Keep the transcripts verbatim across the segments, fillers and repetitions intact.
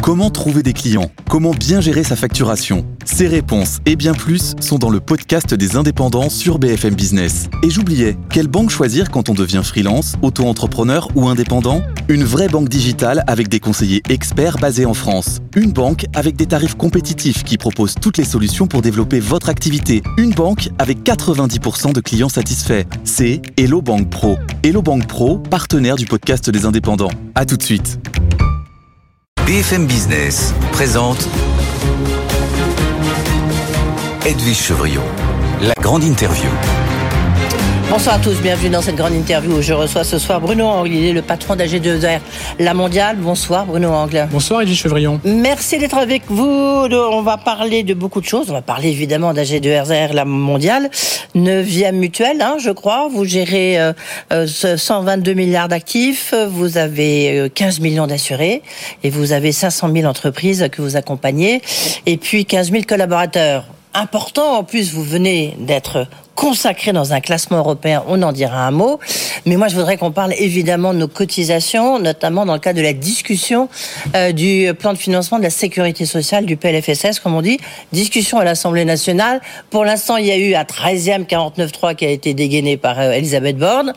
Comment trouver des clients ? Comment bien gérer sa facturation ? Ces réponses et bien plus sont dans le podcast des indépendants sur B F M Business. Et j'oubliais, quelle banque choisir quand on devient freelance, auto-entrepreneur ou indépendant ? Une vraie banque digitale avec des conseillers experts basés en France. Une banque avec des tarifs compétitifs qui propose toutes les solutions pour développer votre activité. Une banque avec quatre-vingt-dix pour cent de clients satisfaits. C'est Hello Bank Pro. Hello Bank Pro, partenaire du podcast des indépendants. À tout de suite. B F M Business présente Edwige Chevrillon, la grande interview. Bonsoir à tous, bienvenue dans cette grande interview où je reçois ce soir Bruno Angle, il est le patron d'A G deux R, la mondiale. Bonsoir Bruno Angle. Bonsoir Edwige Chevrillon. Merci d'être avec vous. On va parler de beaucoup de choses. On va parler évidemment d'A G deux R, la mondiale. Neuvième mutuelle, hein, je crois. Vous gérez euh, cent vingt-deux milliards d'actifs. Vous avez quinze millions d'assurés. Et vous avez cinq cent mille entreprises que vous accompagnez. Et puis quinze mille collaborateurs. Important, en plus, vous venez d'être consacré dans un classement européen, on en dira un mot. Mais moi, je voudrais qu'on parle évidemment de nos cotisations, notamment dans le cadre de la discussion euh, du plan de financement de la sécurité sociale, du P L F S S, comme on dit. Discussion à l'Assemblée nationale. Pour l'instant, il y a eu un treizième quarante-neuf trois qui a été dégainé par euh, Elisabeth Borne.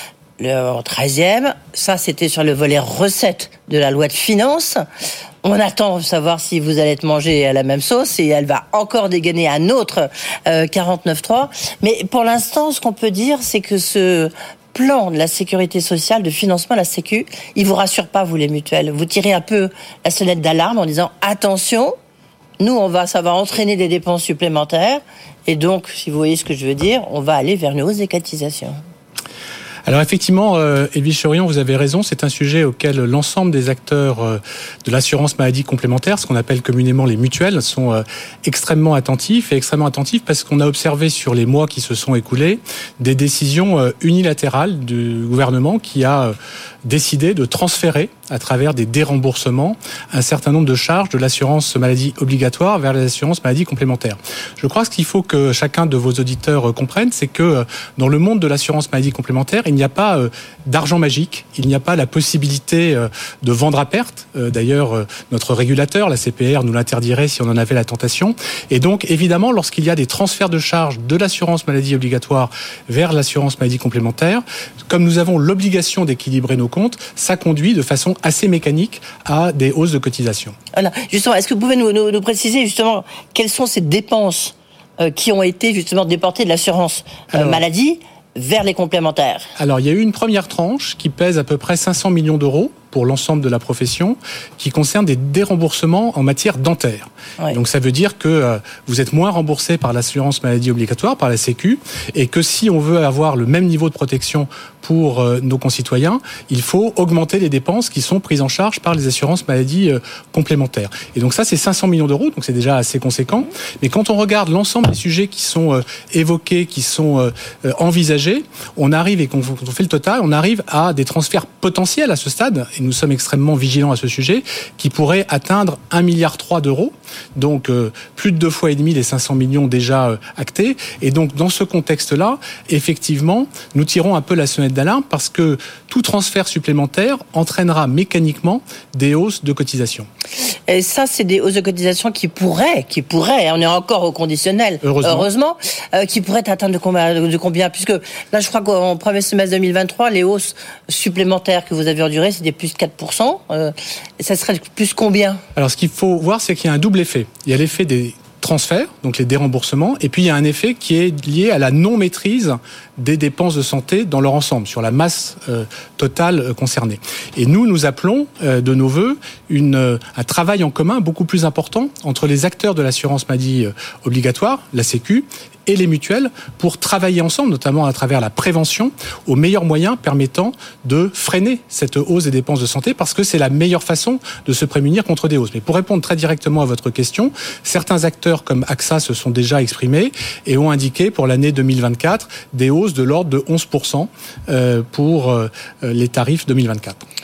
Le treizième, ça c'était sur le volet recettes de la loi de finances. On attend de savoir si vous allez être mangé à la même sauce et elle va encore dégainer un autre euh, quarante-neuf trois. Mais pour l'instant, ce qu'on peut dire, c'est que ce plan de la sécurité sociale, de financement de la Sécu, il vous rassure pas, vous les mutuelles. Vous tirez un peu la sonnette d'alarme en disant attention, nous on va, ça va entraîner des dépenses supplémentaires et donc, si vous voyez ce que je veux dire, on va aller vers une hausse des cotisations. Alors effectivement, euh, Edwige Chevrillon, vous avez raison, c'est un sujet auquel l'ensemble des acteurs euh, de l'assurance maladie complémentaire, ce qu'on appelle communément les mutuelles, sont euh, extrêmement attentifs et extrêmement attentifs parce qu'on a observé sur les mois qui se sont écoulés des décisions euh, unilatérales du gouvernement qui a euh, décidé de transférer à travers des déremboursements un certain nombre de charges de l'assurance maladie obligatoire vers les assurances maladie complémentaires. Je crois que ce qu'il faut que chacun de vos auditeurs comprenne, c'est que dans le monde de l'assurance maladie complémentaire, il n'y a pas euh, d'argent magique, il n'y a pas la possibilité euh, de vendre à perte. Euh, d'ailleurs, euh, notre régulateur, la C P R, nous l'interdirait si on en avait la tentation. Et donc, évidemment, lorsqu'il y a des transferts de charges de l'assurance maladie obligatoire vers l'assurance maladie complémentaire, comme nous avons l'obligation d'équilibrer nos comptes, ça conduit de façon assez mécanique à des hausses de cotisation. Voilà. Justement, est-ce que vous pouvez nous, nous, nous préciser justement quelles sont ces dépenses euh, qui ont été justement déportées de l'assurance euh, Alors, maladie vers les complémentaires? Alors, il y a eu une première tranche qui pèse à peu près cinq cents millions d'euros pour l'ensemble de la profession, qui concerne des déremboursements en matière dentaire. Oui. Donc ça veut dire que euh, vous êtes moins remboursé par l'assurance maladie obligatoire, par la Sécu, et que si on veut avoir le même niveau de protection pour euh, nos concitoyens, il faut augmenter les dépenses qui sont prises en charge par les assurances maladie euh, complémentaires. Et donc ça, c'est cinq cents millions d'euros, donc c'est déjà assez conséquent. Mais quand on regarde l'ensemble des sujets qui sont euh, évoqués, qui sont euh, euh, envisagés, on arrive, et quand on fait le total, on arrive à des transferts potentiels à ce stade, et nous sommes extrêmement vigilants à ce sujet, qui pourrait atteindre un virgule trois milliard d'euros, donc euh, plus de deux fois et demi les cinq cents millions déjà euh, actés. Et donc dans ce contexte-là, effectivement, nous tirons un peu la sonnette d'alarme parce que tout transfert supplémentaire entraînera mécaniquement des hausses de cotisation. Et ça, c'est des hausses de cotisation qui pourraient, qui pourraient, on est encore au conditionnel, heureusement, heureusement euh, qui pourraient atteindre de combien, de combien, puisque là, je crois qu'en premier semestre deux mille vingt-trois, les hausses supplémentaires que vous avez endurées, c'était plus de quatre pour cent. Euh, ça serait plus combien? Alors, ce qu'il faut voir, c'est qu'il y a un double effet. Il y a l'effet des transferts, donc les déremboursements, et puis il y a un effet qui est lié à la non-maîtrise des dépenses de santé dans leur ensemble, sur la masse euh, totale euh, concernée. Et nous, nous appelons euh, de nos voeux une, euh, un travail en commun beaucoup plus important entre les acteurs de l'assurance maladie euh, obligatoire, la Sécu, et les mutuelles pour travailler ensemble, notamment à travers la prévention, aux meilleurs moyens permettant de freiner cette hausse des dépenses de santé, parce que c'est la meilleure façon de se prémunir contre des hausses. Mais pour répondre très directement à votre question, certains acteurs comme A X A se sont déjà exprimés et ont indiqué pour l'année deux mille vingt-quatre des hausses de l'ordre de onze pour cent pour les tarifs deux mille vingt-quatre. Et vous ?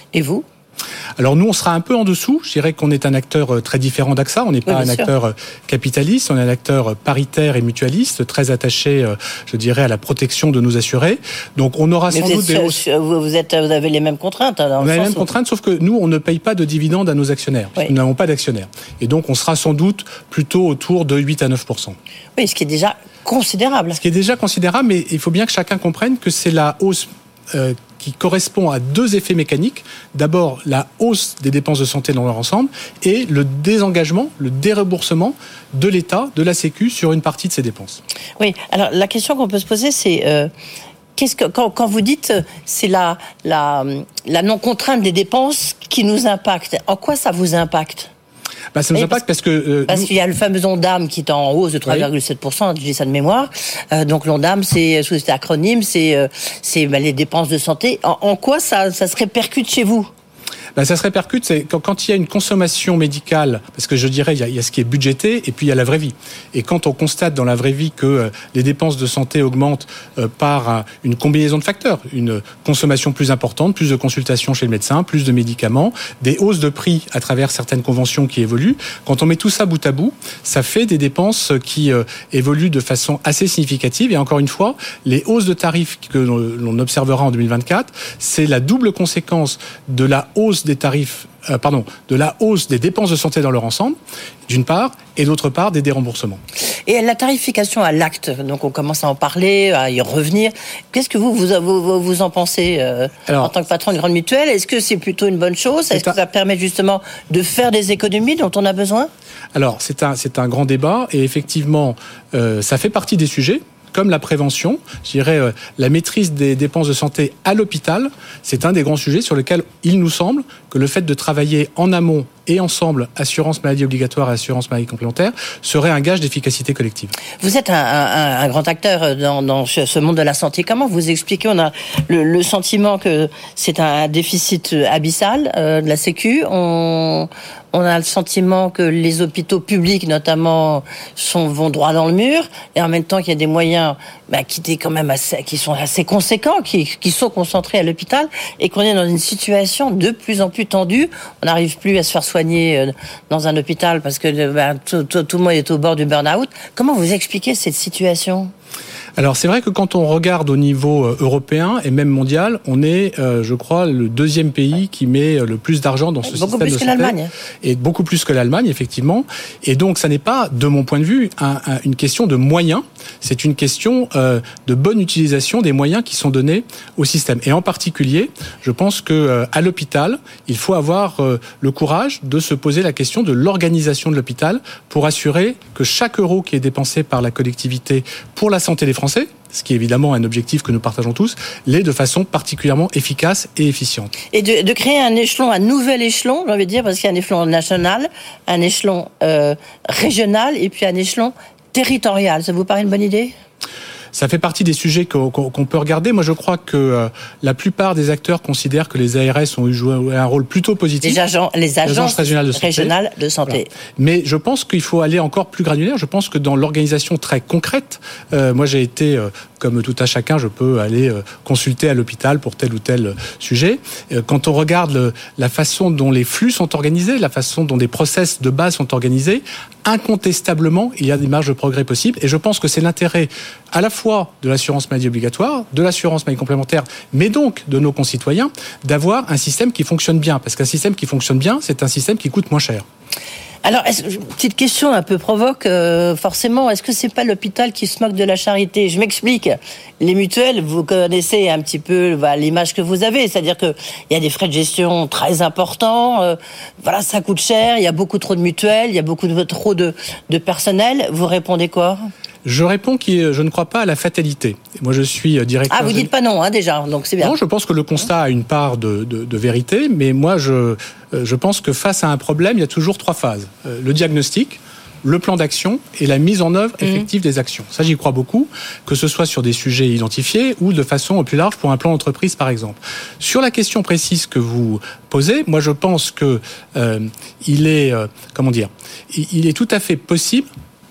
Alors nous, on sera un peu en dessous. Je dirais qu'on est un acteur très différent d'A X A. On n'est pas oui, un sûr. acteur capitaliste, on est un acteur paritaire et mutualiste, très attaché, je dirais, à la protection de nos assurés. Donc on aura Mais sans vous doute êtes, des hausses. Vous, êtes, vous avez les mêmes contraintes. Hein, dans on le a sens les mêmes où... contraintes, sauf que nous, on ne paye pas de dividendes à nos actionnaires. Oui. Nous n'avons pas d'actionnaires. Et donc on sera sans doute plutôt autour de huit à neuf pour cent. Oui, ce qui est déjà considérable. Ce qui est déjà considérable, mais il faut bien que chacun comprenne que c'est la hausse euh, qui correspond à deux effets mécaniques. D'abord, la hausse des dépenses de santé dans leur ensemble et le désengagement, le déremboursement de l'État, de la Sécu sur une partie de ces dépenses. Oui, alors la question qu'on peut se poser, c'est... Euh... Qu'est-ce que, quand, quand vous dites c'est la, la, la non-contrainte des dépenses qui nous impacte, en quoi ça vous impacte ? Bah, ça nous impacte parce, parce que... Euh, parce nous... qu'il y a le fameux ONDAM qui est en hausse de trois virgule sept pour cent, oui. Je dis ça de mémoire. Euh, donc l'ONDAM, c'est, sous cet acronyme, c'est, euh, c'est bah, les dépenses de santé. En, en quoi ça, ça se répercute chez vous ? Ben, ça se répercute, c'est quand, quand il y a une consommation médicale, parce que je dirais, il y, a, il y a ce qui est budgété, et puis il y a la vraie vie. Et quand on constate dans la vraie vie que euh, les dépenses de santé augmentent euh, par euh, une combinaison de facteurs, une consommation plus importante, plus de consultations chez le médecin, plus de médicaments, des hausses de prix à travers certaines conventions qui évoluent, quand on met tout ça bout à bout, ça fait des dépenses qui euh, évoluent de façon assez significative. Et encore une fois, les hausses de tarifs que l'on observera en deux mille vingt-quatre, c'est la double conséquence de la hausse des tarifs, euh, pardon, de la hausse des dépenses de santé dans leur ensemble, d'une part, et d'autre part, des déremboursements. Et la tarification à l'acte, donc on commence à en parler, à y revenir. Qu'est-ce que vous, vous, vous, vous en pensez euh, Alors, en tant que patron de grande mutuelle ? Est-ce que c'est plutôt une bonne chose ? Est-ce que ça permet justement de faire des économies dont on a besoin ? Alors, c'est un, c'est un grand débat, et effectivement, euh, ça fait partie des sujets. Comme la prévention, je dirais euh, la maîtrise des dépenses de santé à l'hôpital, c'est un des grands sujets sur lesquels il nous semble que le fait de travailler en amont et ensemble, assurance maladie obligatoire et assurance maladie complémentaire, serait un gage d'efficacité collective. Vous êtes un, un, un grand acteur dans, dans ce monde de la santé. Comment vous expliquez ? On a le, le sentiment que c'est un déficit abyssal euh, de la Sécu. On, on a le sentiment que les hôpitaux publics, notamment, sont, vont droit dans le mur, et en même temps qu'il y a des moyens bah, qui, étaient quand même assez, qui sont assez conséquents, qui, qui sont concentrés à l'hôpital, et qu'on est dans une situation de plus en plus tendue. On n'arrive plus à se faire soigner dans un hôpital parce que bah, tout, tout, tout le monde est au bord du burn-out. Comment vous expliquez cette situation ? Alors c'est vrai que quand on regarde au niveau européen et même mondial, on est, euh, je crois, le deuxième pays qui met le plus d'argent dans ce beaucoup système de santé. Beaucoup plus que l'Allemagne. Et beaucoup plus que l'Allemagne, effectivement. Et donc ça n'est pas, de mon point de vue, un, un, une question de moyens. C'est une question euh, de bonne utilisation des moyens qui sont donnés au système. Et en particulier, je pense que euh, à l'hôpital, il faut avoir euh, le courage de se poser la question de l'organisation de l'hôpital pour assurer que chaque euro qui est dépensé par la collectivité pour la santé des Français, ce qui est évidemment un objectif que nous partageons tous, l'est de façon particulièrement efficace et efficiente. Et de, de créer un échelon, un nouvel échelon, j'ai envie de dire, parce qu'il y a un échelon national, un échelon euh, régional et puis un échelon territorial. Ça vous paraît une bonne idée ? Ça fait partie des sujets qu'on, qu'on peut regarder. Moi, je crois que euh, la plupart des acteurs considèrent que les A R S ont joué un rôle plutôt positif. Les, agents, les agences, les agences régionales de santé. Régionales de santé. Voilà. Mais je pense qu'il faut aller encore plus granulaire. Je pense que dans l'organisation très concrète, euh, moi j'ai été, euh, comme tout à chacun, je peux aller euh, consulter à l'hôpital pour tel ou tel sujet. Euh, quand on regarde le, la façon dont les flux sont organisés, la façon dont des process de base sont organisés, incontestablement, il y a des marges de progrès possibles. Et je pense que c'est l'intérêt à la fois de l'assurance maladie obligatoire, de l'assurance maladie complémentaire, mais donc de nos concitoyens, d'avoir un système qui fonctionne bien. Parce qu'un système qui fonctionne bien, c'est un système qui coûte moins cher. Alors, est-ce, petite question un peu provoque, euh, forcément, est-ce que c'est pas l'hôpital qui se moque de la charité ? Je m'explique. Les mutuelles, vous connaissez un petit peu bah, l'image que vous avez, c'est-à-dire que il y a des frais de gestion très importants, euh, voilà, ça coûte cher, il y a beaucoup trop de mutuelles, il y a beaucoup de, trop de, de personnel. Vous répondez quoi ? Je réponds que je ne crois pas à la fatalité. Moi, je suis directeur... Ah, vous dites pas non, hein, déjà, donc c'est bien. Non, je pense que le constat a une part de, de, de vérité, mais moi, je, je pense que face à un problème, il y a toujours trois phases. Le diagnostic, le plan d'action et la mise en œuvre effective mmh. des actions. Ça, j'y crois beaucoup, que ce soit sur des sujets identifiés ou de façon plus large pour un plan d'entreprise, par exemple. Sur la question précise que vous posez, moi, je pense que euh, il est, euh, comment dire, il est tout à fait possible...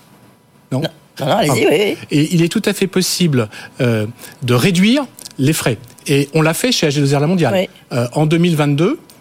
Non, non. Non, non, allez-y, ah, oui. Et il est tout à fait possible euh, de réduire les frais. Et on l'a fait chez A G deux R La Mondiale. Oui. Euh, en deux mille vingt-deux,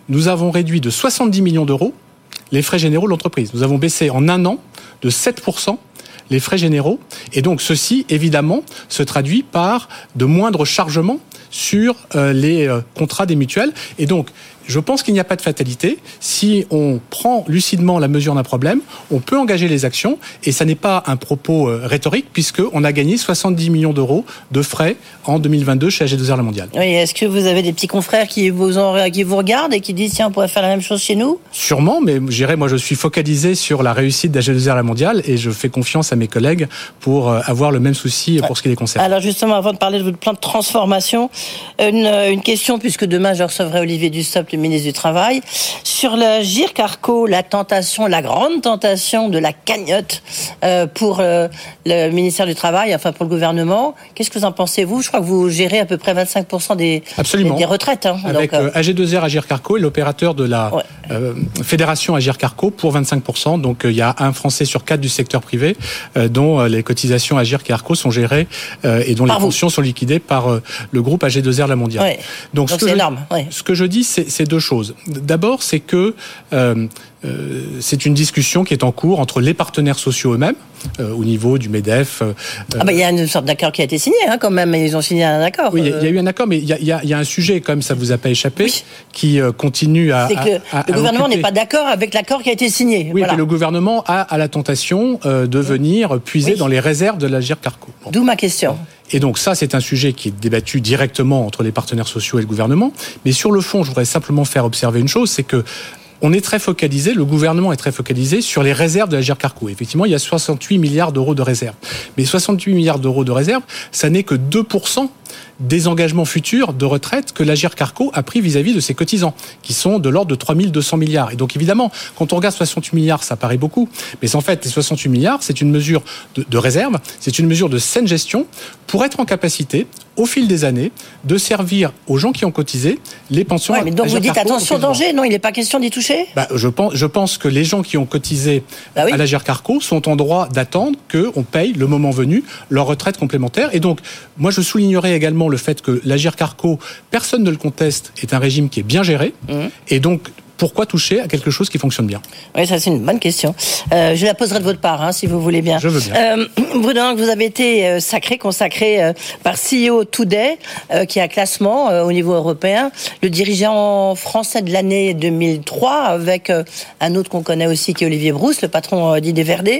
nous avons réduit de soixante-dix millions d'euros les frais généraux de l'entreprise. Nous avons baissé en un an de sept pour cent les frais généraux. Et donc, ceci, évidemment, se traduit par de moindres chargements sur euh, les euh, contrats des mutuelles. Et donc, je pense qu'il n'y a pas de fatalité. Si on prend lucidement la mesure d'un problème, on peut engager les actions. Et ça n'est pas un propos euh, rhétorique, puisqu'on a gagné soixante-dix millions d'euros de frais en deux mille vingt-deux chez A G deux R La Mondiale. Oui, est-ce que vous avez des petits confrères qui vous, en, qui vous regardent et qui disent, tiens, on pourrait faire la même chose chez nous ? Sûrement, mais je dirais, moi, je suis focalisé sur la réussite d'A G deux R La Mondiale et je fais confiance à mes collègues pour euh, avoir le même souci pour ce qui les concerne. Alors justement, avant de parler de votre plan de transformation, une, une question, puisque demain, je recevrai Olivier Dussopt, le ministre du Travail, sur le Agirc Arrco, la tentation, la grande tentation de la cagnotte euh, pour euh, le ministère du Travail, enfin pour le gouvernement. Qu'est-ce que vous en pensez, vous ? Je crois que vous gérez à peu près vingt-cinq pour cent des, des, des retraites. Hein, Avec donc, euh... A G deux R Agirc Arrco et l'opérateur de la ouais. euh, fédération Agirc Arrco pour vingt-cinq pour cent. Donc il euh, y a un Français sur quatre du secteur privé euh, dont euh, les cotisations Agirc et Arrco sont gérées euh, et dont par les vous. pensions sont liquidées par euh, le groupe A G deux R La Mondiale. Ouais. Donc, donc ce, c'est que énorme. Je, ouais. ce que je dis, c'est, c'est deux choses. D'abord, c'est que euh, euh, c'est une discussion qui est en cours entre les partenaires sociaux eux-mêmes, euh, au niveau du MEDEF. Euh, ah bah il y a une sorte d'accord qui a été signé, hein, quand même. Ils ont signé un accord. Oui, il euh... y, y a eu un accord, mais il y a, y, a, y a un sujet, comme ça vous a pas échappé, oui. qui euh, continue à. C'est que à, à, le à gouvernement occuper. n'est pas d'accord avec l'accord qui a été signé. Oui, voilà. mais le gouvernement a, a la tentation euh, de venir puiser oui. dans les réserves de l'Agirc Arrco. Bon. D'où ma question. Et donc ça, c'est un sujet qui est débattu directement entre les partenaires sociaux et le gouvernement. Mais sur le fond, je voudrais simplement faire observer une chose, c'est que on est très focalisé, le gouvernement est très focalisé sur les réserves de l'Agirc Arrco. Effectivement, il y a soixante-huit milliards d'euros de réserves. Mais soixante-huit milliards d'euros de réserves, ça n'est que deux pour cent des engagements futurs de retraite que l'Agirc Arrco a pris vis-à-vis de ses cotisants, qui sont de l'ordre de trois mille deux cents milliards. Et donc évidemment, quand on regarde soixante-huit milliards, ça paraît beaucoup, mais en fait, les soixante-huit milliards, c'est une mesure de, de réserve, c'est une mesure de saine gestion pour être en capacité, au fil des années, de servir aux gens qui ont cotisé les pensions. Ouais, mais donc vous dites attention danger, non, il n'est pas question d'y toucher ? Bah, je pense, je pense que les gens qui ont cotisé bah oui. à l'Agirc Arrco sont en droit d'attendre qu'on paye, le moment venu, leur retraite complémentaire. Et donc, moi, je soulignerai également le fait que l'Agirc Arrco, personne ne le conteste, est un régime qui est bien géré. Mmh. Et donc, pourquoi toucher à quelque chose qui fonctionne bien ? Oui, ça c'est une bonne question. Euh, je la poserai de votre part, hein, si vous voulez bien. Je veux bien. Euh, Bruno, vous avez été euh, sacré, consacré euh, par C E O Today, euh, qui a un classement euh, au niveau européen, le dirigeant français de l'année deux mille trois, avec euh, un autre qu'on connaît aussi, qui est Olivier Brousse, le patron euh, d'I D Verde.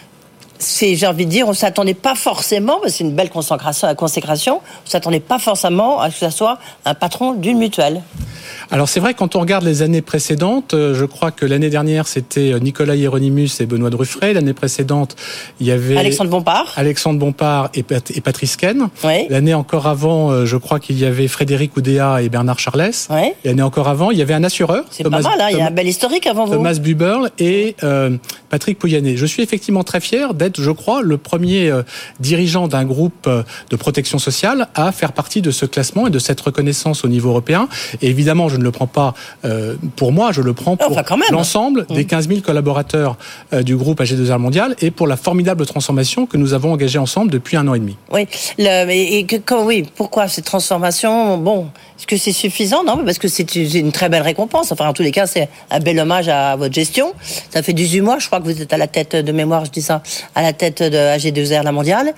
C'est, j'ai envie de dire, on ne s'attendait pas forcément, parce que c'est une belle consécration, consécration, on ne s'attendait pas forcément à ce que ça soit un patron d'une mutuelle. Alors c'est vrai, quand on regarde les années précédentes, je crois que l'année dernière, c'était Nicolas Hieronymus et Benoît Druffret. L'année précédente, il y avait Alexandre Bompard, Alexandre Bompard et, Pat- et Patrice Ken. Oui. L'année encore avant, je crois qu'il y avait Frédéric Oudéa et Bernard Charles. Oui. L'année encore avant, il y avait un assureur. C'est Thomas, pas mal, hein, Thomas, il y a un bel historique avant vous. Thomas Buberl et euh, Patrick Pouyanné. Je suis effectivement très fier d'être, je crois, le premier euh, dirigeant d'un groupe euh, de protection sociale à faire partie de ce classement et de cette reconnaissance au niveau européen. Et évidemment, je ne le prends pas euh, pour moi, je le prends pour enfin, quand même. l'ensemble mmh. des quinze mille collaborateurs euh, du groupe A G deux R Mondial et pour la formidable transformation que nous avons engagée ensemble depuis un an et demi. Oui, le, et, et que, quand, oui, pourquoi cette transformation ? Bon, est-ce que c'est suffisant ? Non, mais parce que c'est une très belle récompense. Enfin, en tous les cas, c'est un bel hommage à votre gestion. Ça fait dix-huit mois, je crois que vous êtes à la tête de mémoire, je dis ça, à la tête de A G deux R La Mondiale.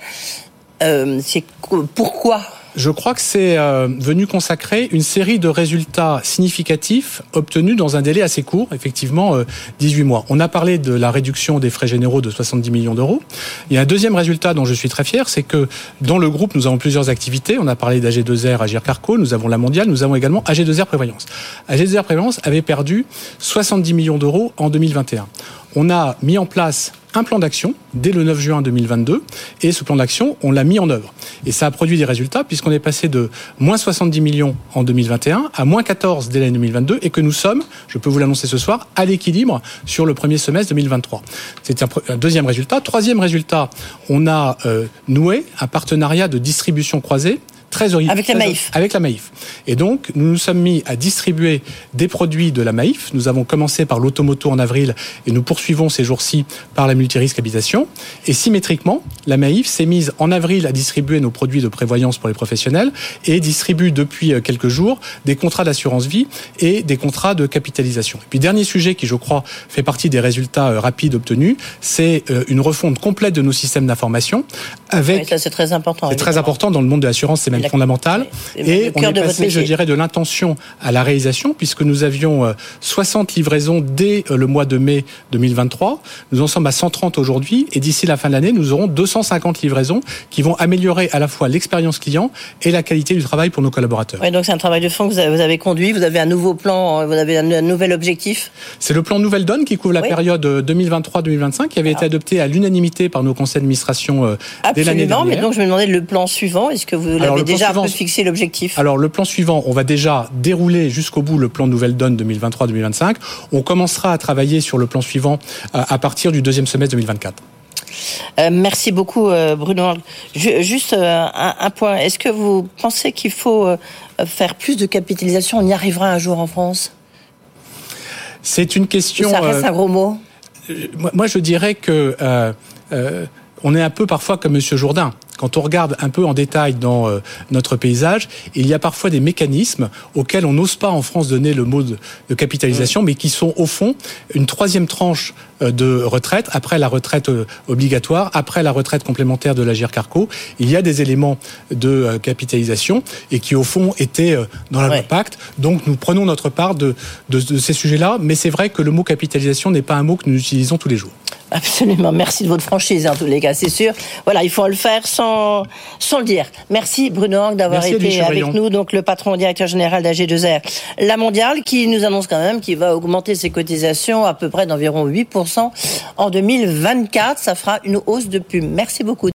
Euh, c'est pourquoi ? Je crois que c'est euh, venu consacrer une série de résultats significatifs obtenus dans un délai assez court, effectivement euh, dix-huit mois. On a parlé de la réduction des frais généraux de soixante-dix millions d'euros. Il y a un deuxième résultat dont je suis très fier, c'est que dans le groupe, nous avons plusieurs activités. On a parlé d'A G deux R, Agirc Arrco, nous avons la Mondiale, nous avons également A G deux R Prévoyance. A G deux R Prévoyance avait perdu soixante-dix millions d'euros en deux mille vingt et un. On a mis en place un plan d'action dès le neuf juin deux mille vingt-deux et ce plan d'action, on l'a mis en œuvre. Et ça a produit des résultats puisqu'on est passé de moins soixante-dix millions en deux mille vingt et un à moins quatorze dès l'année deux mille vingt-deux et que nous sommes, je peux vous l'annoncer ce soir, à l'équilibre sur le premier semestre deux mille vingt-trois. C'est un, un deuxième résultat. Troisième résultat, on a euh, noué un partenariat de distribution croisée trésorerie. Avec la Maïf. Avec la Maïf. Et donc, nous nous sommes mis à distribuer des produits de la Maïf. Nous avons commencé par l'automoto en avril et nous poursuivons ces jours-ci par la multirisque habitation. Et symétriquement, la Maïf s'est mise en avril à distribuer nos produits de prévoyance pour les professionnels et distribue depuis quelques jours des contrats d'assurance vie et des contrats de capitalisation. Et puis, dernier sujet qui, je crois, fait partie des résultats rapides obtenus, c'est une refonte complète de nos systèmes d'information. Avec, oui, ça c'est très important. C'est très important dans le monde de l'assurance, c'est même la, fondamental. Oui, et on est passé, je dirais, de l'intention à la réalisation, puisque nous avions soixante livraisons dès le mois de mai deux mille vingt-trois. Nous en sommes à cent trente aujourd'hui, et d'ici la fin de l'année, nous aurons deux cent cinquante livraisons qui vont améliorer à la fois l'expérience client et la qualité du travail pour nos collaborateurs. Oui, donc c'est un travail de fond que vous avez, vous avez conduit. Vous avez un nouveau plan, vous avez un, un nouvel objectif. C'est le plan Nouvelle Donne qui couvre la oui. période deux mille vingt-trois deux mille vingt-cinq, qui avait Alors. été adopté à l'unanimité par nos conseils d'administration euh, dès l'année dernière. Mais donc je me demandais le plan suivant. Est-ce que vous Alors, l'avez déjà suivant, un peu fixé l'objectif? Alors le plan suivant, on va déjà dérouler jusqu'au bout le plan Nouvelle Donne deux mille vingt-trois deux mille vingt-cinq. On commencera à travailler sur le plan suivant euh, à partir du deuxième semestre deux mille vingt-quatre. Euh, merci beaucoup euh, Bruno. Je, juste euh, un, un point. Est-ce que vous pensez qu'il faut euh, faire plus de capitalisation? On y arrivera un jour en France? C'est une question. Ou ça reste euh, un gros mot. Moi, moi, je dirais que euh, euh, on est un peu parfois comme Monsieur Jourdain. Quand on regarde un peu en détail dans euh, notre paysage, il y a parfois des mécanismes auxquels on n'ose pas en France donner le mot de, de capitalisation, mais qui sont au fond une troisième tranche euh, de retraite, après la retraite euh, obligatoire, après la retraite complémentaire de l'Agirc-Arrco. Il y a des éléments de euh, capitalisation et qui au fond étaient euh, dans la loi ouais. Pacte. Donc nous prenons notre part de, de, de ces sujets-là, mais c'est vrai que le mot capitalisation n'est pas un mot que nous utilisons tous les jours. Absolument, merci de votre franchise en tous les cas, c'est sûr. Voilà, il faut le faire sans, sans le dire. Merci Bruno Hang d'avoir merci été avec nous, donc le patron directeur général d'A G deux R, la mondiale, qui nous annonce quand même qu'il va augmenter ses cotisations à peu près d'environ huit pour cent en deux mille vingt-quatre. Ça fera une hausse de plus. Merci beaucoup.